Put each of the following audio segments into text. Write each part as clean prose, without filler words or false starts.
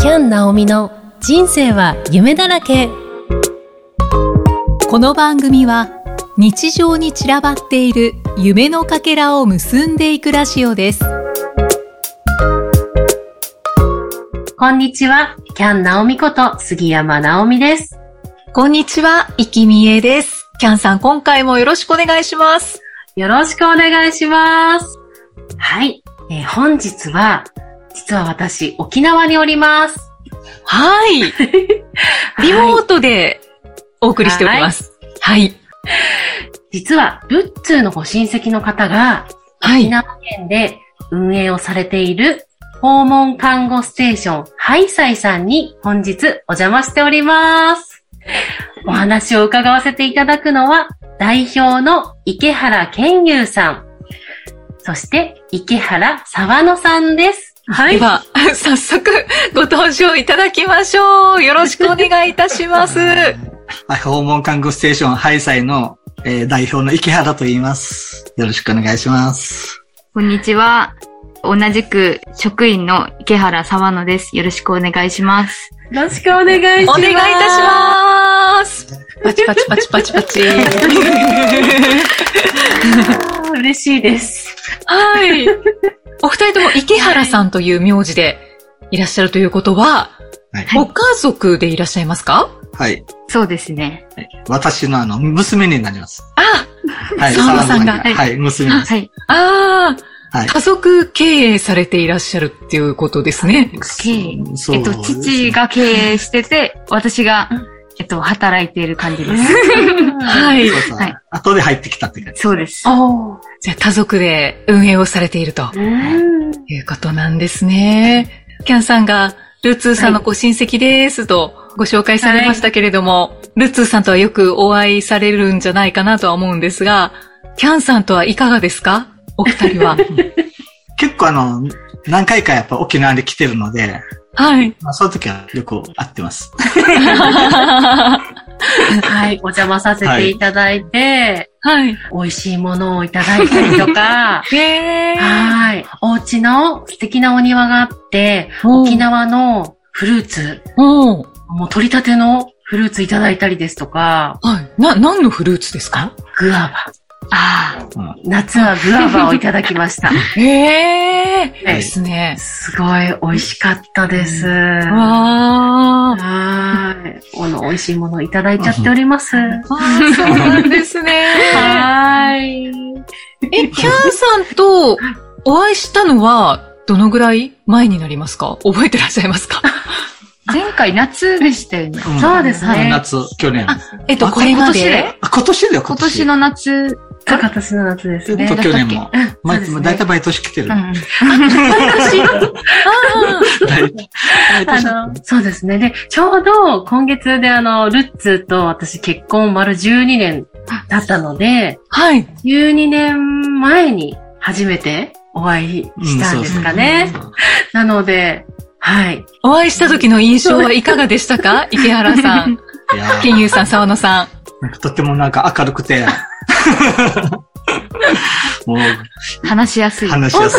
キャン・ナオミの人生は夢だらけ。 この番組は日常に散らばっている夢のかけらを結んでいくラジオです。 こんにちは、キャン・ナオミこと杉山直美です。 こんにちは、生きみえです。キャンさん、今回もよろしくお願いします。 よろしくお願いします。はい、本日は実は私沖縄におります。 はい。リモートでお送りしております。はい。 実はルッツーのご親戚の方が沖縄県で運営をされている訪問看護ステーションハイサイさんに本日お邪魔しております。お話を伺わせていただくのは代表の池原健優さん、そして池原沢野さんです。 はい。では、早速ご登場いただきましょう。よろしくお願いいたします。 訪問看護ステーションハイサイの、代表の池原と言います。よろしくお願いします。 こんにちは。同じく職員の池原沢野です。よろしくお願いします。 よろしくお願いします。 お願いいたします。パチパチパチパチパチ。 嬉しいです。 はい。お二人とも池原さんという名字でいらっしゃるということは、はい、ご家族でいらっしゃいますか？ はい。 そうですね。 はい、私の娘になります。 あ、 はい、 沢野さんが。 はい、娘です。 はい。 ああ、はい、家族経営されていらっしゃるっていうことですね。 経営。父が経営してて、私が、働いている感じです。 はい。 はい。後で入ってきたって感じ。 そうです。 じゃあ家族で運営をされているということなんですね。キャンさんがルーツーさんのご親戚ですとご紹介されましたけれども、ルーツーさんとはよくお会いされるんじゃないかなとは思うんですが、キャンさんとはいかがですか？お二人は。 結構何回かやっぱ沖縄に来てるので、 はい。 その時はよく会ってます。 はい、お邪魔させていただいて、 はい。 美味しいものをいただいたりとか、はい。お家の素敵なお庭があって、沖縄のフルーツ、もう取り立てのフルーツいただいたりですとか、 はい。何のフルーツですか？ グアバ。夏はグアバをいただきました。 ですね。 すごい美味しかったです。 わー。 はい。美味しいものをいただいちゃっております。 そうなんですね。 はい。 キャンさんとお会いしたのはどのぐらい前になりますか？覚えてらっしゃいますか？ 前回夏でしたよね。 そうですね。 夏、去年。 これまで今年だよ、 今年の夏。 今年の夏ですね。 去年も。だいたい毎年来てる。 毎年そうですね。で、ちょうど今月でルッツと私結婚丸12年だったので、 はい。 12年前に初めてお会いしたんですかね。なので、はい。 お会いした時の印象はいかがでしたか？池原さん、健優さん、沢野さん。 とっても明るくて、もう話しやすい。 ありが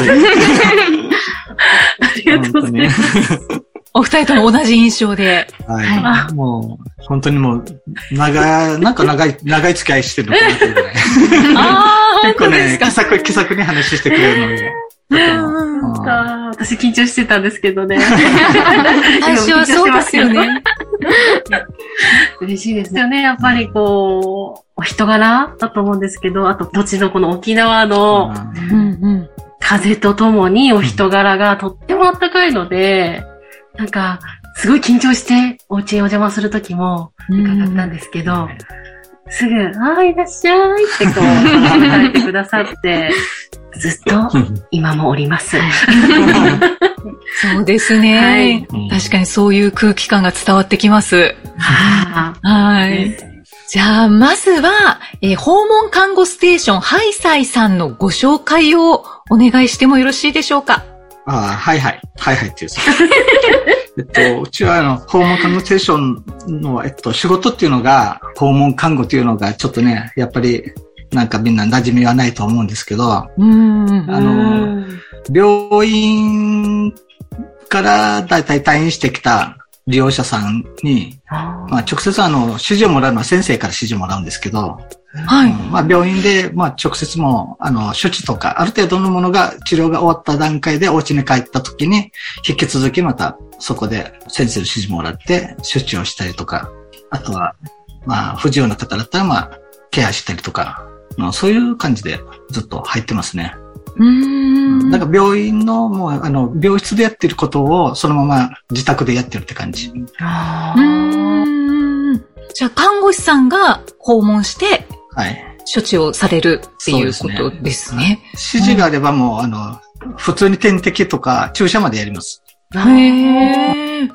とうございます。 お二人とも同じ印象で。 はい。もう、本当にもう、長い付き合いしてるのかなというぐらい。結構ね、気さくに話してくれるので。 私緊張してたんですけどね。 最初はそうですよね。 嬉しいですよね。やっぱりお人柄だと思うんですけど、あと土地のこの沖縄の風とともにお人柄がとってもあったかいので、なんかすごい緊張してお家にお邪魔するときも伺ったんですけど、すぐ、いらっしゃいって迎えてくださって、ずっと今もおります。 そうですね、はい。確かにそういう空気感が伝わってきます。はい。じゃあ、まずは、訪問看護ステーションハイサイさんのご紹介をお願いしてもよろしいでしょうか？ はいっていう。うちは訪問看護ステーションの、仕事っていうのが、訪問看護っていうのがちょっとね、やっぱり、なんかみんな馴染みはないと思うんですけど、病院からだいたい退院してきた利用者さんに、直接指示をもらうのは先生から指示をもらうんですけど、 はい。 病院で、直接も処置とか、ある程度のものが、治療が終わった段階でお家に帰った時に、引き続きまたそこで先生の指示もらって、処置をしたりとか、あとは、不自由な方だったら、ケアしたりとか、そういう感じでずっと入ってますね。なんか病院の、病室でやってることを、そのまま自宅でやってるって感じ。 じゃあ、看護師さんが訪問して、 はい。 処置をされるっていうことですね。 指示があればもう、普通に点滴とか注射までやります。 へー。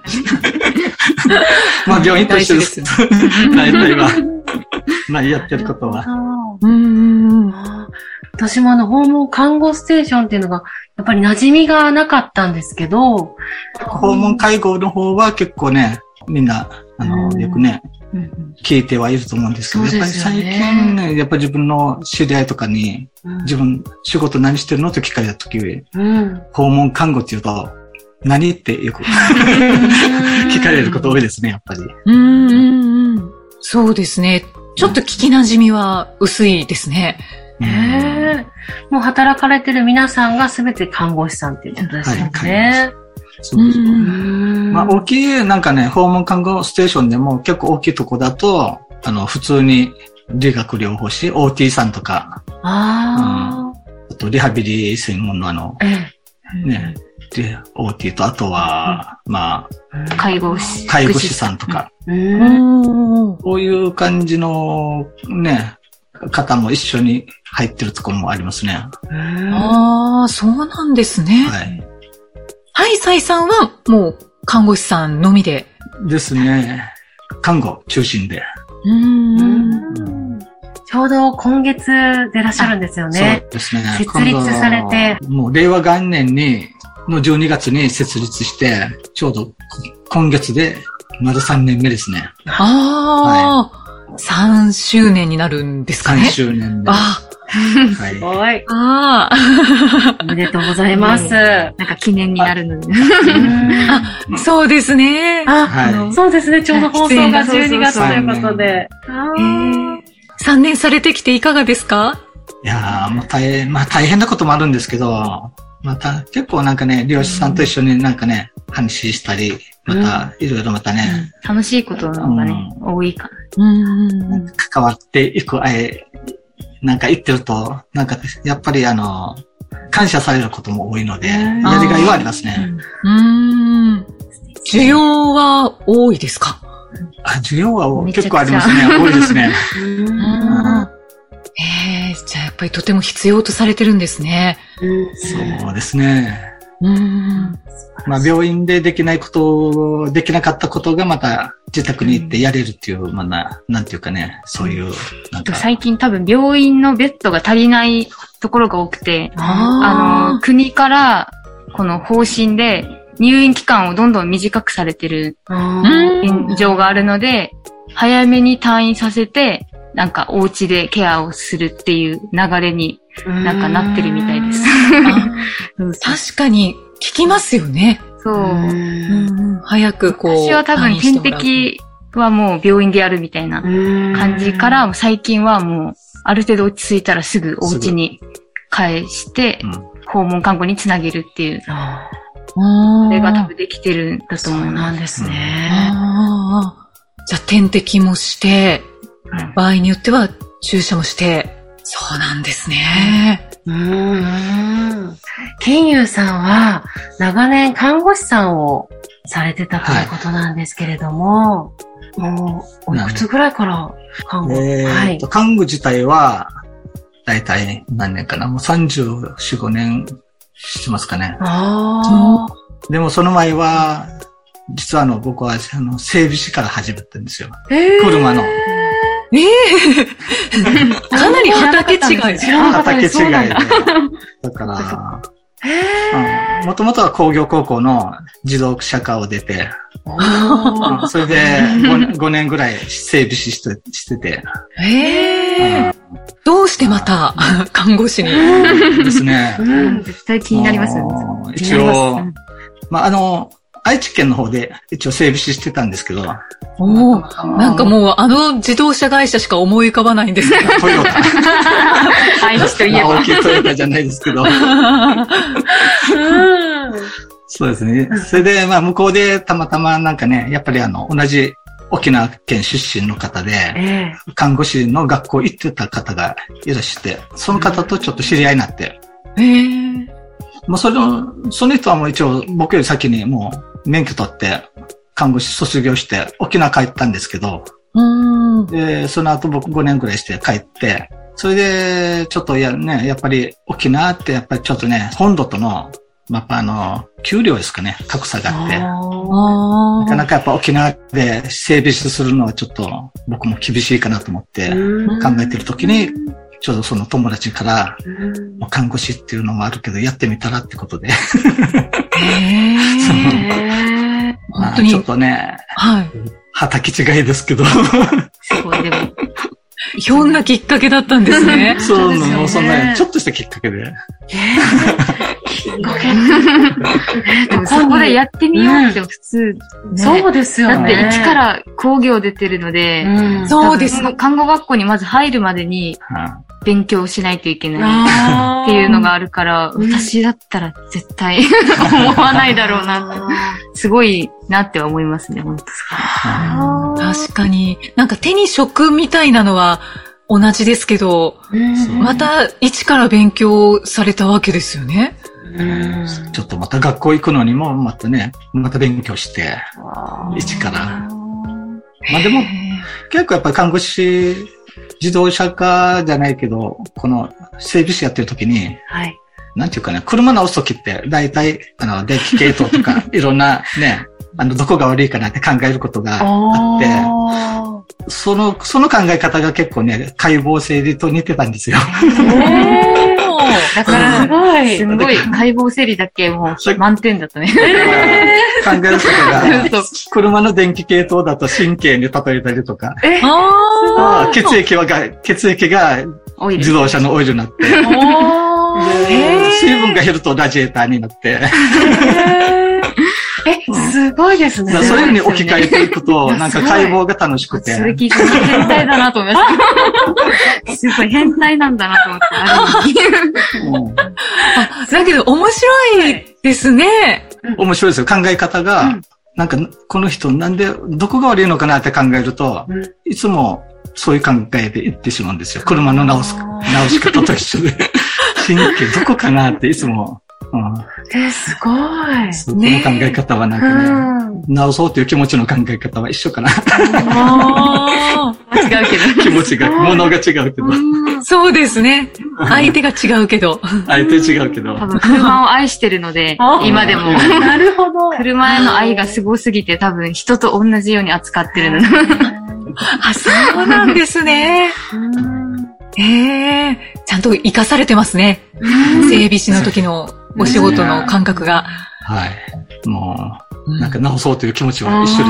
病院としてです。大体は。やってることは。 私も訪問看護ステーションっていうのが、やっぱり馴染みがなかったんですけど。 訪問介護の方は結構ね、みんな、よくね、聞いてはいると思うんですけど、やっぱり最近ね、やっぱり自分の知り合いとかに、自分仕事何してるのと聞かれたとき、訪問看護って言うと、何ってよく聞かれること多いですね、やっぱり。 そうですね。ちょっと聞き馴染みは薄いですね。 もう働かれてる皆さんが全て看護師さんっていうことですよね。 そうです。大きい、なんかね、訪問看護ステーションでも結構大きいとこだと、普通に理学療法士、OT さんとか、あとリハビリ専門のね、OT と、あとは、 介護士さんとか、こういう感じのね、方も一緒に入ってるところもありますね。 そうなんですね。はい、サイさんはもう看護師さんのみで。 ですね。看護中心で。 ちょうど今月でいらっしゃるんですよね。 そうですね。 設立されて。 もう令和元年の12月に設立して、ちょうど今月でまだ3年目ですね。 3周年になるんですかね。 3周年で。 すごい。おめでとうございます。 なんか記念になるので。 そうですね。 そうですね。ちょうど放送が12月ということで。 3年されてきていかがですか？ いやー、大変なこともあるんですけど、また結構なんかね、利用者さんと一緒になんかね、話したり、またいろいろまたね。 楽しいことの方がね、多いかな。関わっていく、なんか言ってると、なんかやっぱり感謝されることも多いので、やりがいはありますね。 需要は多いですか？ 需要は結構ありますね。多いですね。 じゃあやっぱりとても必要とされてるんですね。 そうですね。病院でできなかったことがまた自宅に行ってやれるっていう、なんていうかね、そういう、 最近多分病院のベッドが足りないところが多くて、国からこの方針で入院期間をどんどん短くされてる現状があるので、早めに退院させて、なんかお家でケアをするっていう流れになんかなってるみたいです。 確かに聞きますよね。 そう。 早く私は多分点滴はもう病院でやるみたいな感じから、最近はもうある程度落ち着いたらすぐお家に返して、訪問看護につなげるっていう。それが多分できてるんだと思います。そうなんですね。 じゃあ点滴もして、場合によっては注射もして、そうなんですね。 ケンユーさんは長年看護師さんをされてたということなんですけれども、もうおいくつぐらいから看護？ 看護自体はだいたい何年かな、もう34、5年してますかね。でもその前は実は僕は整備士から始めたんですよ。車の。 かなり畑違い。 畑違いで。だから、もともとは工業高校の自動車科を出て、それで5年ぐらい整備士してて。 どうしてまた看護師にですね。 絶対気になりますよね。 一応、 まあ、愛知県の方で一応整備士してたんですけど。 おー、なんかもう自動車会社しか思い浮かばないんですけど。 トヨタ。 愛知といえば。 大きいトヨタじゃないですけど。そうですね。それで、まあ、向こうでたまたまなんかね、やっぱり同じ沖縄県出身の方で、看護師の学校行ってた方がいらして、その方とちょっと知り合いになって。もうその人はもう一応僕より先にもう免許取って看護師卒業して沖縄帰ったんですけど、で、その後僕5年くらいして帰って、それでちょっとやっぱり沖縄ってやっぱりちょっとね、本土との、やっぱ給料ですかね、格差があって、なかなかやっぱ沖縄で整備士するのはちょっと僕も厳しいかなと思って考えてるときに、ちょうどその友達から、看護師っていうのもあるけど、やってみたらってことで。本当に。ちょっとね、畑違いですけど。すごい、でも。 ひょんなきっかけだったんですね。 そうなの、そんな、ちょっとしたきっかけで。 でもそこでやってみようって普通、 そうですよね。 だって一から工業出てるので、 そうです。 看護学校にまず入るまでに勉強しないといけないっていうのがあるから、私だったら絶対思わないだろうなって、すごいなって思いますね、本当確かに。なんか手に職みたいなのは同じですけど、また一から勉強されたわけですよね。 ちょっとまた学校行くのにもまた勉強して、一から。まあでも、結構やっぱり看護師、自動車科じゃないけど、この整備士やってる時に、なんていうかね、車直す時って、大体、電気系統とか、いろんなね、どこが悪いかなって考えることがあって、その考え方が結構ね、解剖整理と似てたんですよ。 だから、すごい、解剖整理だけもう満点だったね。 考えることが、車の電気系統だと神経に例えたりとか、血液が自動車のオイルになって、水分が減るとラジエーターになって、 すごいですね。 そういうふうに置き換えていくと、なんか解剖が楽しくて。 それ聞いて変態だなと思いました。すごい変態なんだなと思って、 だけど面白いですね。 面白いですよ。考え方が、なんかこの人なんで、どこが悪いのかなって考えると、いつもそういう考えで言ってしまうんですよ。車の直し方と一緒で。神経どこかなっていつも。 すごい。 その考え方はなんかね、直そうという気持ちの考え方は一緒かな。 違うけど。 気持ちが、物が違うけど。 そうですね。相手が違うけど。 相手違うけど。 多分車を愛してるので、今でも。 なるほど。 車への愛がすごすぎて多分人と同じように扱ってるので。 そうなんですね。ちゃんと活かされてますね。整備士の時のお仕事の感覚が。 はい。もう、なんか直そうという気持ちは一緒です。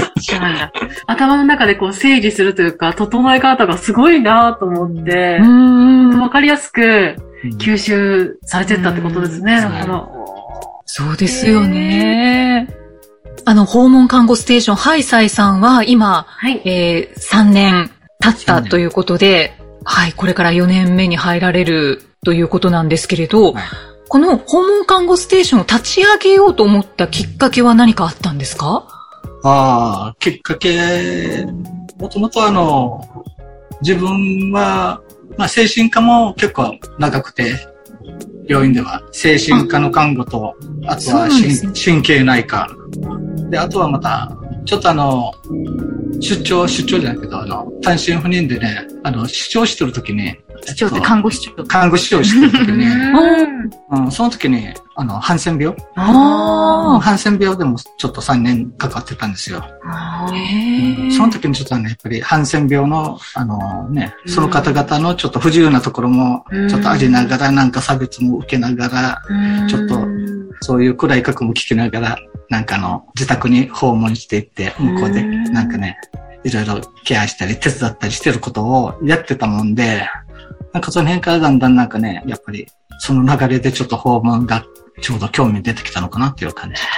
一緒なんだ。頭の中でこう整理するというか、整え方がすごいなと思って、わかりやすく吸収されてったってことですね。 そうですよね。訪問看護ステーション、ハイサイさんは今、3年経ったということで、これから4年目に入られるということなんですけれど、この訪問看護ステーションを立ち上げようと思ったきっかけは何かあったんですか？ きっかけ、もともと自分は、精神科も結構長くて、病院では精神科の看護と、あとは神経内科。で、あとはまた、ちょっと出張じゃないけど、単身赴任でね、出張してる時に、 出張って看護師長。 看護師長してる時に、その時に、ハンセン病ハンセン病でもちょっと3年かかってたんですよ。その時にちょっとやっぱりハンセン病の、その方々のちょっと不自由なところもちょっとありながら、なんか差別も受けながら、ちょっとそういう暗い過去も聞きながら、なんか自宅に訪問していって、向こうでなんかね、いろいろケアしたり手伝ったりしてることをやってたもんで、なんかその辺からだんだんなんかね、やっぱりその流れでちょっと訪問ちょうど興味出てきたのかなっていう感じ。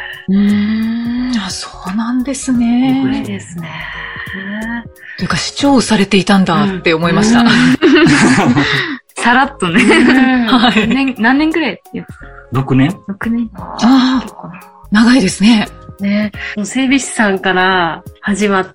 そうなんですね。 すごいですね。 というか、視聴されていたんだって思いました。 さらっとね。 はい。 何年くらい 6年 ?6 年。 長いですね。 ね、整備士さんから始まって、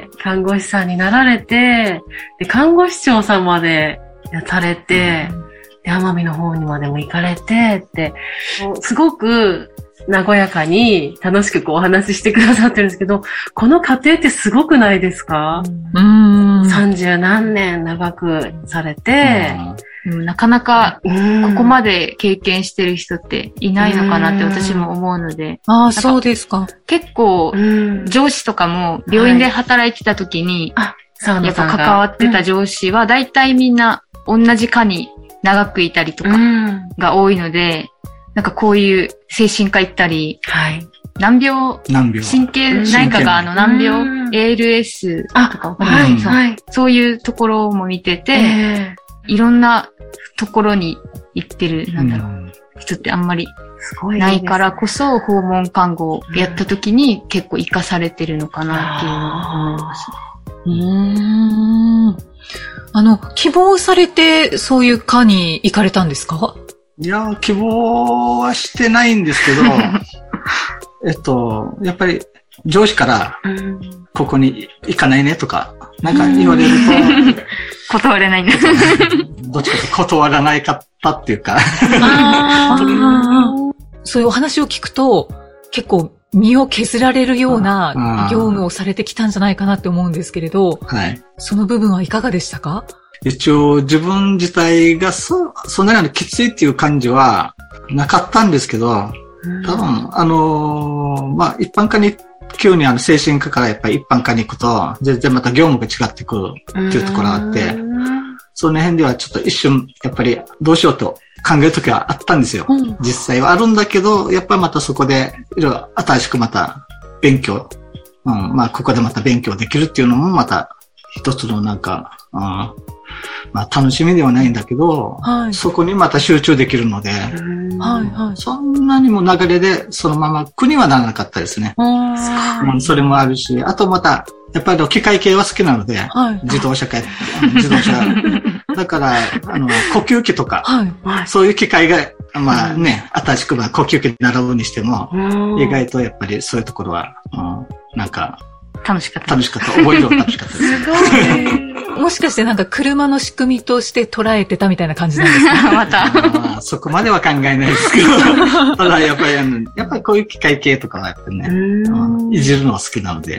看護師さんになられて、で、看護師長さんまでやされて、で、奄美の方にまでも行かれて、って、すごく和やかに楽しくお話ししてくださってるんですけど、この過程ってすごくないですか？30何年長くされて、 なかなか、ここまで経験してる人っていないのかなって私も思うので。 そうですか。 結構、上司とかも病院で働いてた時に、やっぱ関わってた上司は大体みんな同じ科に長くいたりとかが多いので、なんかこういう精神科行ったり、難病、神経内科が難病、ALS とかわかりますか？そういうところも見てて、いろんなところに行ってる、人ってあんまりないからこそ、訪問看護をやった時に結構活かされてるのかなっていうのを思います。 希望されてそういう科に行かれたんですか？ いや、希望はしてないんですけど、やっぱり上司から、ここに行かないねとか、なんか言われると、 断れないんだ。 どっちかと断らないかったっていうか。 そういうお話を聞くと、結構身を削られるような業務をされてきたんじゃないかなって思うんですけれど、その部分はいかがでしたか？ 一応自分自体がそんなにきついっていう感じはなかったんですけど、多分、一般科に急に精神科からやっぱり一般科に行くと、全然また業務が違ってくるっていうところがあって、その辺ではちょっと一瞬、やっぱりどうしようと考えるときはあったんですよ。実際はあるんだけど、やっぱりまたそこで、いろいろ新しくまた勉強、ここでまた勉強できるっていうのもまた一つのなんか、楽しみではないんだけど、そこにまた集中できるので、そんなにも流れでそのまま苦にはならなかったですね。それもあるし、あとまた、やっぱり機械系は好きなので、自動車。だから、呼吸器とか、そういう機械が、新しく呼吸器に習うにしても、意外とやっぱりそういうところは、なんか、 楽しかった。 覚えるの楽しかったです。 すごい。 もしかしてなんか車の仕組みとして捉えてたみたいな感じなんですか？ また。 そこまでは考えないですけど。ただやっぱりこういう機械系とかはやっぱりね、いじるのは好きなので。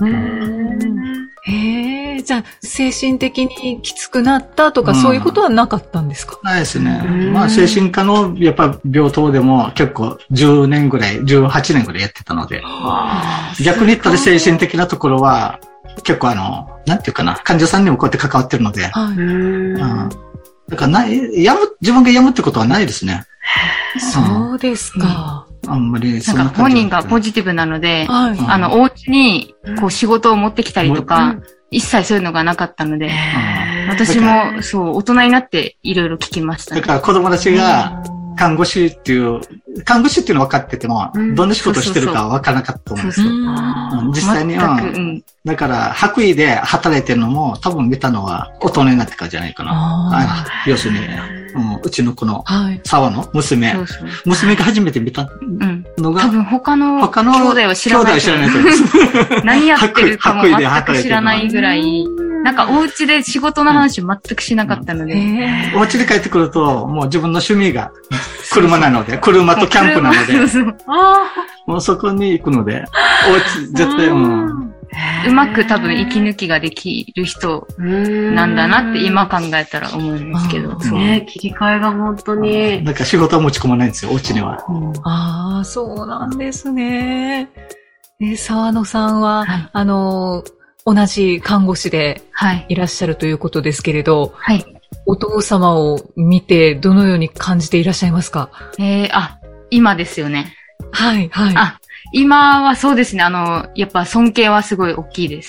じゃあ、精神的にきつくなったとか、そういうことはなかったんですか？ ないですね。精神科のやっぱ病棟でも結構10年ぐらい、18年ぐらいやってたので。逆に言ったら精神的なところは、結構なんていうかな、患者さんにもこうやって関わってるので。だから自分が病むってことはないですね。 そうですか。 あんまりそんな感じ。本人がポジティブなので、お家にこう仕事を持ってきたりとか、一切そういうのがなかったので、私もそう、大人になっていろいろ聞きましたね。 だから子供たちが、看護師っていうの分かってても、どんな仕事をしてるか分からなかったと思うんですよ。実際には、だから白衣で働いてるのも多分見たのは大人になってからじゃないかな。要するに、うちのこの沢の娘が初めて見たのが、 多分他の兄弟は知らないと思う。何やってるかも全く知らないぐらい、なんかお家で仕事の話を全くしなかったので。 お家で帰ってくると、もう自分の趣味が車なので、車とキャンプなので、もうそこに行くので、お家絶対うまく多分息抜きができる人なんだなって今考えたら思うんですけど。 切り替えが本当に。 なんか仕事は持ち込まないんですよ、お家には。 そうなんですね。沢野さんは、同じ看護師でいらっしゃるということですけれど、お父様を見てどのように感じていらっしゃいますか？ 今ですよね。今はそうですね。やっぱ尊敬はすごい大きいです。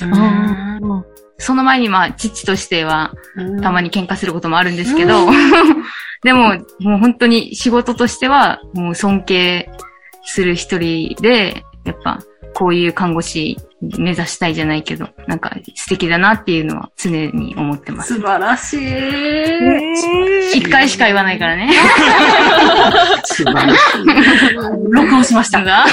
その前に父としてはたまに喧嘩することもあるんですけど、 でも、もう本当に仕事としては、もう尊敬する一人で、やっぱ、こういう看護師目指したいじゃないけど、なんか素敵だなっていうのは常に思ってます。 素晴らしい。 一回しか言わないからね。 素晴らしい。 録音しましたが。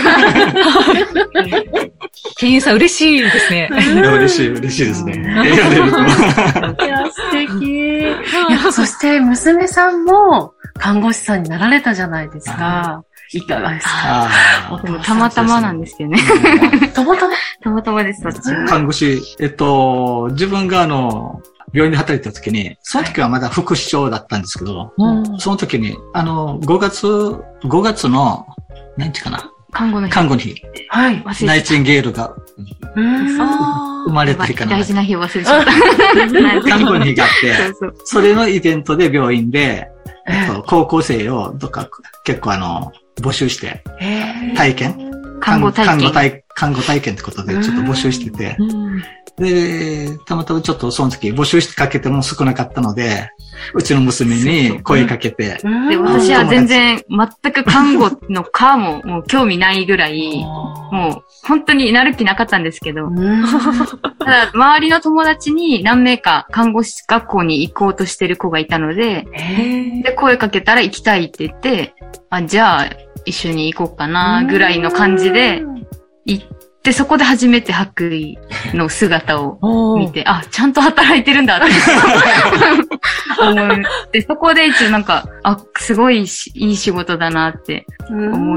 ケンユさん嬉しいですね。 嬉しいですね。 いや、素敵。いや、そして娘さんも看護師さんになられたじゃないですか。いかがですか？ でもたまたまなんですけどね。 たまたまたまたまです、私。 看護師、自分が病院で働いてた時に、その時はまだ副市長だったんですけど、その時に、5月の、何日かな？看護の日。 はい。 ナイチンゲールが、生まれた日かな。 大事な日を忘れちゃった。 看護の日があって、それのイベントで病院で、高校生を結構募集して、体験看護体験ってことでちょっと募集してて、で、たまたまちょっとその時募集してかけても少なかったので、うちの娘に声かけて。 で、私は全然く看護の科もう興味ないぐらい、もう本当になる気なかったんですけど、ただ周りの友達に何名か看護師学校に行こうとしてる子がいたので、で、声かけたら行きたいって言って、じゃあ一緒に行こうかなぐらいの感じで行って、そこで初めて白衣の姿を見て、ちゃんと働いてるんだって思って、そこで一応なんか、すごいいい仕事だなって思って、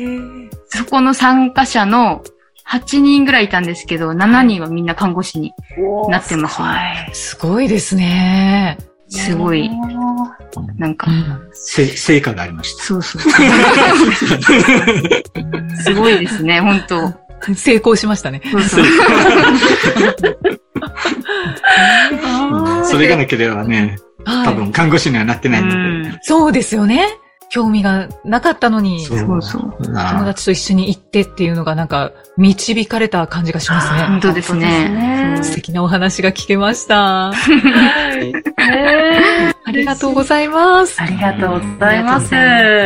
そこの参加者の8人ぐらいいたんですけど、7人はみんな看護師になってますね。 すごいですね。 すごい、なんか、 成果がありました。 そう。すごいですね、本当成功しましたね。 それがなければね、多分看護師にはなってないので。 そうですよね。興味がなかったのに、 友達と一緒に行ってっていうのがなんか導かれた感じがしますね。 本当ですね。 素敵なお話が聞けました。ありがとうございます。 ありがとうございます。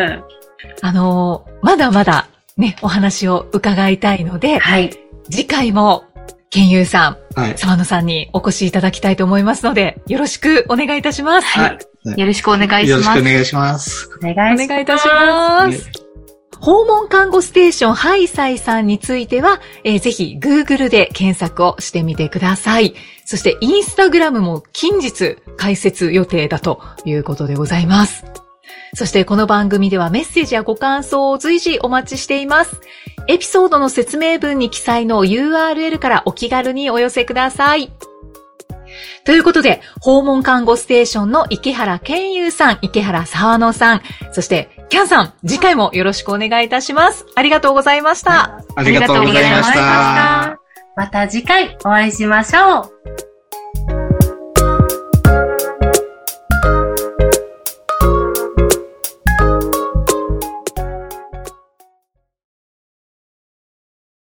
まだまだね、お話を伺いたいので、次回もケンユーさん、沢野さんにお越しいただきたいと思いますので、よろしくお願いいたします。 よろしくお願いします。 よろしくお願いします。 お願いいたします。訪問看護ステーションハイサイさんについては、ぜひ Google で検索をしてみてください。そしてインスタグラムも近日開設予定だということでございます。そしてこの番組ではメッセージやご感想を随時お待ちしています。エピソードの説明文に記載の URL からお気軽にお寄せください。ということで、訪問看護ステーションの池原健優さん、池原沢野さん、そしてキャンさん、次回もよろしくお願いいたします。ありがとうございました。 ありがとうございました。 また次回お会いしましょう。